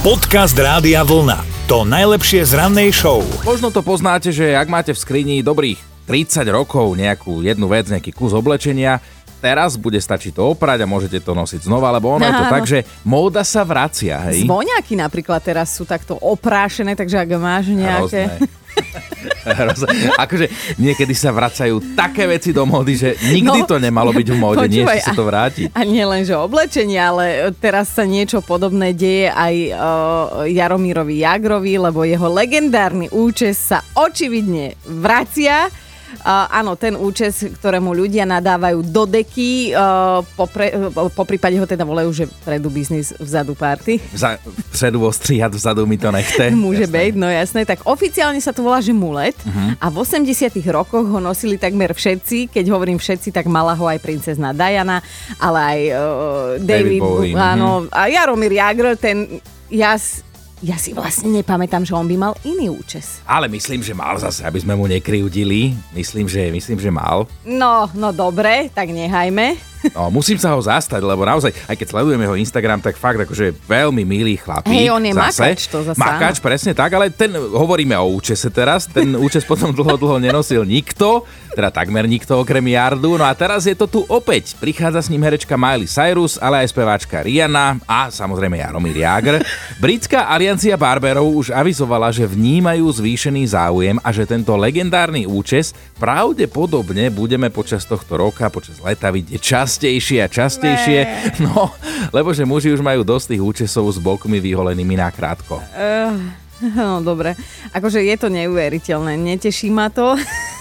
Podcast Rádia Vlna. To najlepšie z rannej show. Možno to poznáte, že ak máte v skrini dobrých 30 rokov nejakú jednu vec, nejaký kus oblečenia, teraz bude stačiť to oprať a môžete to nosiť znova, lebo ono je to tak, že móda sa vracia, hej? Zvoňaky napríklad teraz sú takto oprášené, takže ak máš nejaké... Akože niekedy sa vracajú také veci do módy, že nikdy to nemalo byť v móde, nie ešte sa to vrátiť. A nie len, že oblečenie, ale teraz sa niečo podobné deje aj Jaromírovi Jágrovi, lebo jeho legendárny účes sa očividne vracia. Áno, ten účes, ktorému ľudia nadávajú do deky, po prípade ho teda volajú, že vpredu biznis, vzadu party. Vpredu ostrihať, vzadu mi to nechte. Môže byť, no jasné. Tak oficiálne sa to volá, že mulet. A v 80 rokoch ho nosili takmer všetci. Keď hovorím všetci, tak mala ho aj princezna Diana, ale aj David Bowie. Áno, a Jaromír Jágr, ten... Ja si vlastne nepamätám, že on by mal iný účes. Ale myslím, že mal zase, aby sme mu nekryjudili. Myslím, že mal. No dobre, tak nehajme. No, musím sa ho zastať, lebo naozaj, aj keď sledujem jeho Instagram, tak fakt akože veľmi milý chlapík. Hej, on je zase makač to zasa. Makač, presne tak, ale hovoríme o účese teraz, ten účes potom dlho nenosil nikto, teda takmer nikto okrem Jardu, no a teraz je to tu opäť. Prichádza s ním herečka Miley Cyrus, ale aj speváčka Rihanna a samozrejme Jaromír Jágr. Britská aliancia barberov už avizovala, že vnímajú zvýšený záujem a že tento legendárny účes pravdepodobne budeme počas tohto roka, počas leta vidieť častejšie a častejšie. No, lebo že muži už majú dosť tých účesov s bokmi vyholenými nakrátko. No, dobre. Akože je to neuveriteľné. Neteší ma to.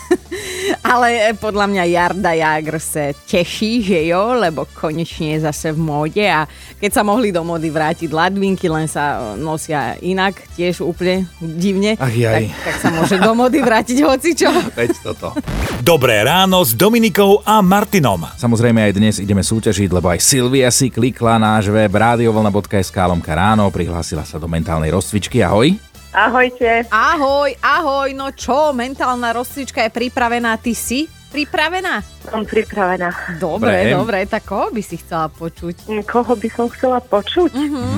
Ale podľa mňa Jarda Jágr sa teší, že jo, lebo konečne je zase v móde a keď sa mohli do módy vrátiť ladvinky, len sa nosia inak, tiež úplne divne, tak sa môže do módy vrátiť hocičo. Veď toto. Dobré ráno s Dominikou a Martinom. Samozrejme aj dnes ideme súťažiť, lebo aj Silvia si klikla náš web radiovlna.sk/ráno, prihlásila sa do mentálnej rozcvičky. Ahoj. Ahojte. Ahoj, no čo, mentálna rozcvička je pripravená, ty si pripravená? Som pripravená. Dobre, tak koho by si chcela počuť? Koho by som chcela počuť?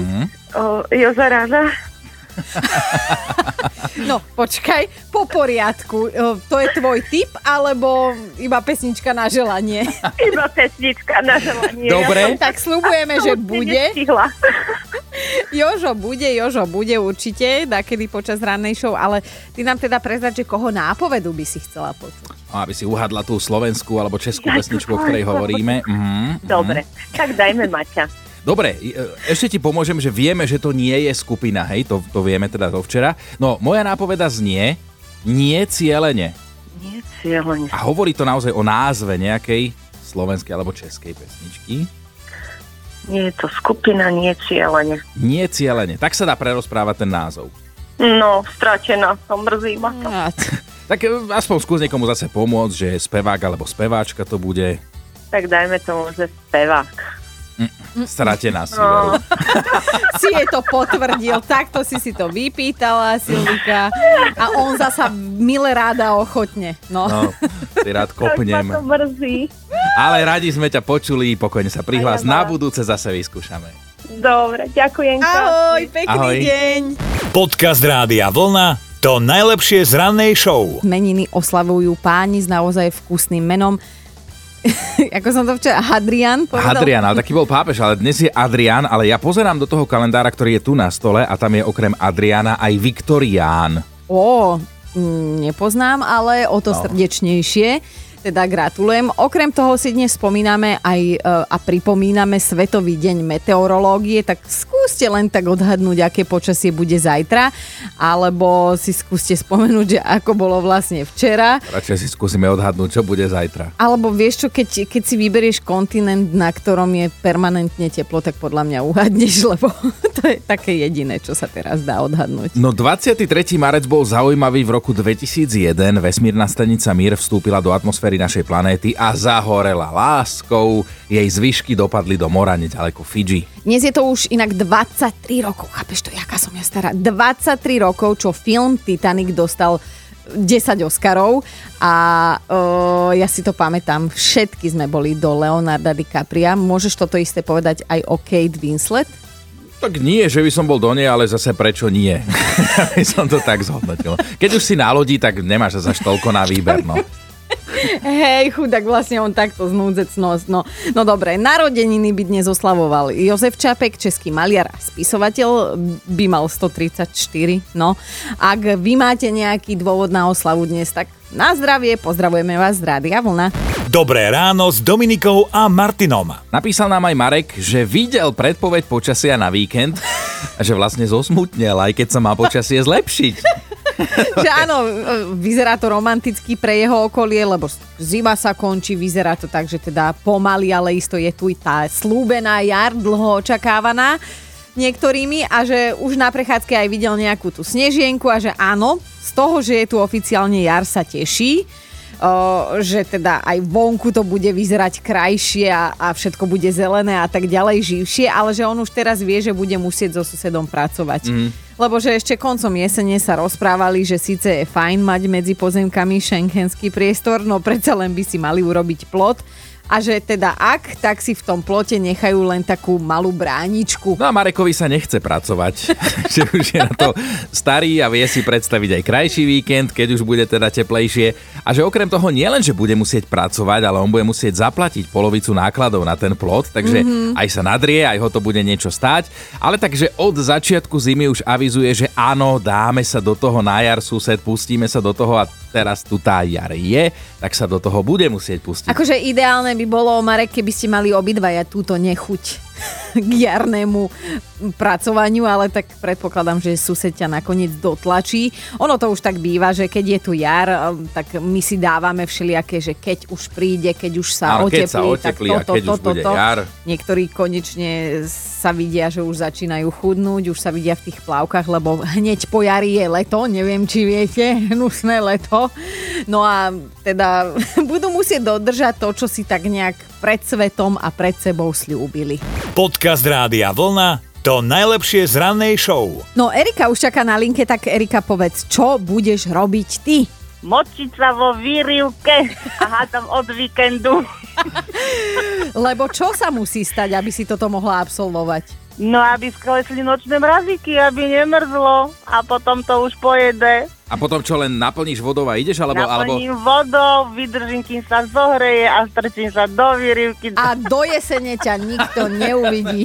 Joža Rána. No, počkaj, po poriadku. To je tvoj tip, alebo iba pesnička na želanie? Iba pesnička na želanie. Dobre. Tak sľubujeme, že bude. Jožo bude určite, dakedy počas rannej show, ale ty nám teda prezrať, že koho nápovedu by si chcela počuť. Aby si uhadla tú slovenskú alebo českú pesničku, o ktorej hovoríme. Dobre, tak dajme Maťa. Dobre, ešte ti pomôžem, že vieme, že to nie je skupina, hej, to vieme teda zo včera. No, moja nápoveda znie Nie cielene. Nie cielene. A hovorí to naozaj o názve nejakej slovenskej alebo českej pesničky. Nie je to skupina Nie cielene. Nie cielene, tak sa dá prerozprávať ten názov. No, stratená som, mrzí ma to. Tak aspoň skús niekomu zase pomôcť, že spevák alebo speváčka to bude. Tak dajme tomu, že spevák. Stratená si veru. Si jej to potvrdil, takto si to vypýtala, Silvika. A on zasa milé ráda ochotne. No, ty rád kopnem. Tak ma to mrzí. Ale radi sme ťa počuli, pokojne sa prihlás. Na budúce zase vyskúšame. Dobre, ďakujem. Ahoj, pekný deň. Podcast Rádia Vlna. To najlepšie z rannej show. Meniny oslavujú páni s naozaj vkusným menom. Ako som to včera, Hadrian povedal? Hadrian, ale taký bol pápež, ale dnes je Adrián, ale ja pozerám do toho kalendára, ktorý je tu na stole a tam je okrem Adriána aj Viktorián. Nepoznám, ale o to srdečnejšie. Teda gratulujem. Okrem toho si dnes spomíname aj a pripomíname Svetový deň meteorológie, tak skúste len tak odhadnúť, aké počasie bude zajtra, alebo si skúste spomenúť, že ako bolo vlastne včera. Radšej si skúsime odhadnúť, čo bude zajtra. Alebo vieš čo, keď si vyberieš kontinent, na ktorom je permanentne teplo, tak podľa mňa uhadneš, lebo to je také jediné, čo sa teraz dá odhadnúť. No 23. marec bol zaujímavý v roku 2001. Vesmírna stanica Mir vstúpila do atmosféry našej planéty a zahorela láskou. Jej zvyšky dopadli do mora nedaleko Fidži. Dnes je to už inak 23 rokov, chápeš to, jaká som ja stará. 23 rokov, čo film Titanic dostal 10 Oscarov a ja si to pamätám, všetky sme boli do Leonarda DiCapria. Môžeš toto isté povedať aj o Kate Winslet? Tak nie, že by som bol do nej, ale zase prečo nie? Aby som to tak zhodnotil. Keď už si na lodi, tak nemáš zase toľko na výber, no. Hej, chudák, vlastne on takto znúdzecnosť. No dobre, narodeniny by dnes oslavoval Jozef Čapek, český maliar a spisovateľ, by mal 134, no. Ak vy máte nejaký dôvod na oslavu dnes, tak na zdravie, pozdravujeme vás z Rádia Vlna. Dobré ráno s Dominikou a Martinom. Napísal nám aj Marek, že videl predpoveď počasia na víkend a že vlastne zosmutnel, aj keď sa má počasie zlepšiť. Že áno, vyzerá to romanticky pre jeho okolie, lebo zima sa končí, vyzerá to tak, že teda pomaly, ale isto je tu tá slúbená jar, dlho očakávaná niektorými a že už na prechádzke aj videl nejakú tú snežienku a že áno, z toho, že je tu oficiálne jar, sa teší. Že teda aj vonku to bude vyzerať krajšie a všetko bude zelené a tak ďalej, živšie, ale že on už teraz vie, že bude musieť so susedom pracovať. Lebo že ešte koncom jesene sa rozprávali, že síce je fajn mať medzi pozemkami schengenský priestor, no predsa len by si mali urobiť plot. A že teda ak, tak si v tom plote nechajú len takú malú bráničku. No a Marekovi sa nechce pracovať, že už je na to starý a vie si predstaviť aj krajší víkend, keď už bude teda teplejšie. A že okrem toho nielen, že bude musieť pracovať, ale on bude musieť zaplatiť polovicu nákladov na ten plot, takže aj sa nadrie, aj ho to bude niečo stáť. Ale takže od začiatku zimy už avizuje, že áno, dáme sa do toho na jar, sused, pustíme sa do toho a teraz tu tá jar je, tak sa do toho bude musieť pustiť. Akože ideálne by bolo, Marek, keby ste mali obidvaja túto nechuť k jarnému pracovaniu, ale tak predpokladám, že sused ťa nakoniec dotlačí. Ono to už tak býva, že keď je tu jar, tak my si dávame všelijaké, že keď už príde, keď už sa oteplí, tak toto. Jar. Niektorí konečne sa vidia, že už začínajú chudnúť, už sa vidia v tých plavkách, lebo hneď po jari je leto, neviem, či viete, hnusné leto. No a teda budú musieť dodržať to, čo si tak nejak pred svetom a pred sebou sľúbili. Podcast Rádia Vlna, to najlepšie z rannej show. No Erika už čaká na linke, tak Erika, povedz, čo budeš robiť ty? Močiť sa vo výrivke a hádam od víkendu. Lebo čo sa musí stať, aby si toto mohla absolvovať? No, aby sklesli nočné mrazíky, aby nemrzlo a potom to už pojede. A potom čo, len naplníš vodou a ideš? Naplním vodou, vydržím, kým sa zohreje a strčím sa do výrivky. A do jesene ťa nikto neuvidí.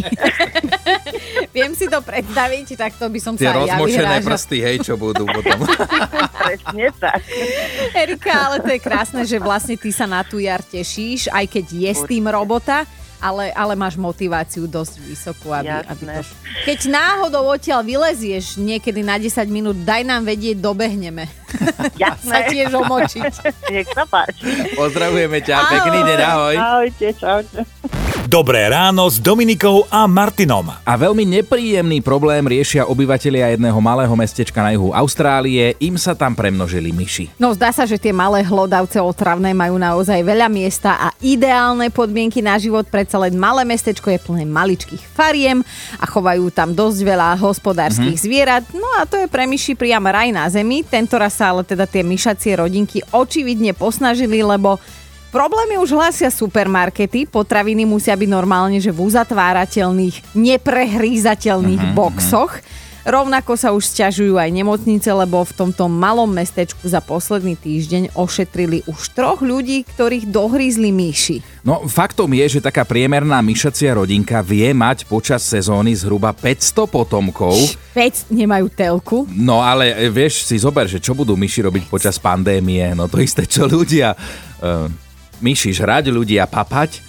Viem si to predstaviť, tak to by som tie sa aj ja vyhrážala. Tie rozmočené prsty, hej, čo budú potom. Presne tak. Erika, ale to je krásne, že vlastne ty sa na tú jar tešíš, aj keď je s tým robota, ale máš motiváciu dosť vysokú, aby to... Keď náhodou odtiaľ vylezieš niekedy na 10 minút, daj nám vedieť, dobehneme. Jasné. Sa tiež omočiť. Nech sa páči. Pozdravujeme ťa, pekný deň, ahoj. Ahojte, čaute. Dobré ráno s Dominikou a Martinom. A veľmi nepríjemný problém riešia obyvatelia jedného malého mestečka na juhu Austrálie. Im sa tam premnožili myši. No zdá sa, že tie malé hlodavce otravné majú naozaj veľa miesta a ideálne podmienky na život. Predsa len malé mestečko je plné maličkých fariem a chovajú tam dosť veľa hospodárskych zvierat. No a to je pre myši priam raj na zemi. Tentoraz sa ale teda tie myšacie rodinky očividne posnažili, lebo problémy už hlásia supermarkety, potraviny musia byť normálne, že v uzatvárateľných, neprehrízateľných boxoch. Rovnako sa už sťažujú aj nemocnice, lebo v tomto malom mestečku za posledný týždeň ošetrili už 3 ľudí, ktorých dohrízli myši. No faktom je, že taká priemerná myšacia rodinka vie mať počas sezóny zhruba 500 potomkov. 5 nemajú telku. No ale vieš, si zober, že čo budú myši robiť počas pandémie, no to isté čo ľudia... myši žrať, ľudia papať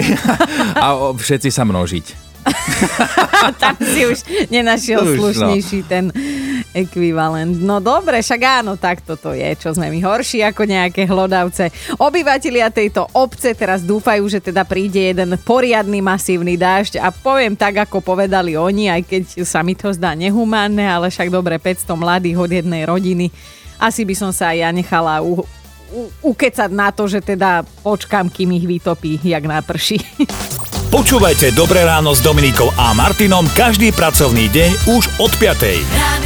a všetci sa množiť. Tam si už nenašiel slušnejší ten ekvivalent. No dobre, však áno, tak toto je, čo sme my horší ako nejaké hlodavce. Obyvatelia tejto obce teraz dúfajú, že teda príde jeden poriadny masívny dážď a poviem tak, ako povedali oni, aj keď sa mi to zdá nehumánne, ale však dobre, 500 mladých od jednej rodiny. Asi by som sa aj ja nechala ukecať na to, že teda počkám, kým ich vytopí, jak naprší. Počúvajte Dobré ráno s Dominikou a Martinom každý pracovný deň už od 5:00.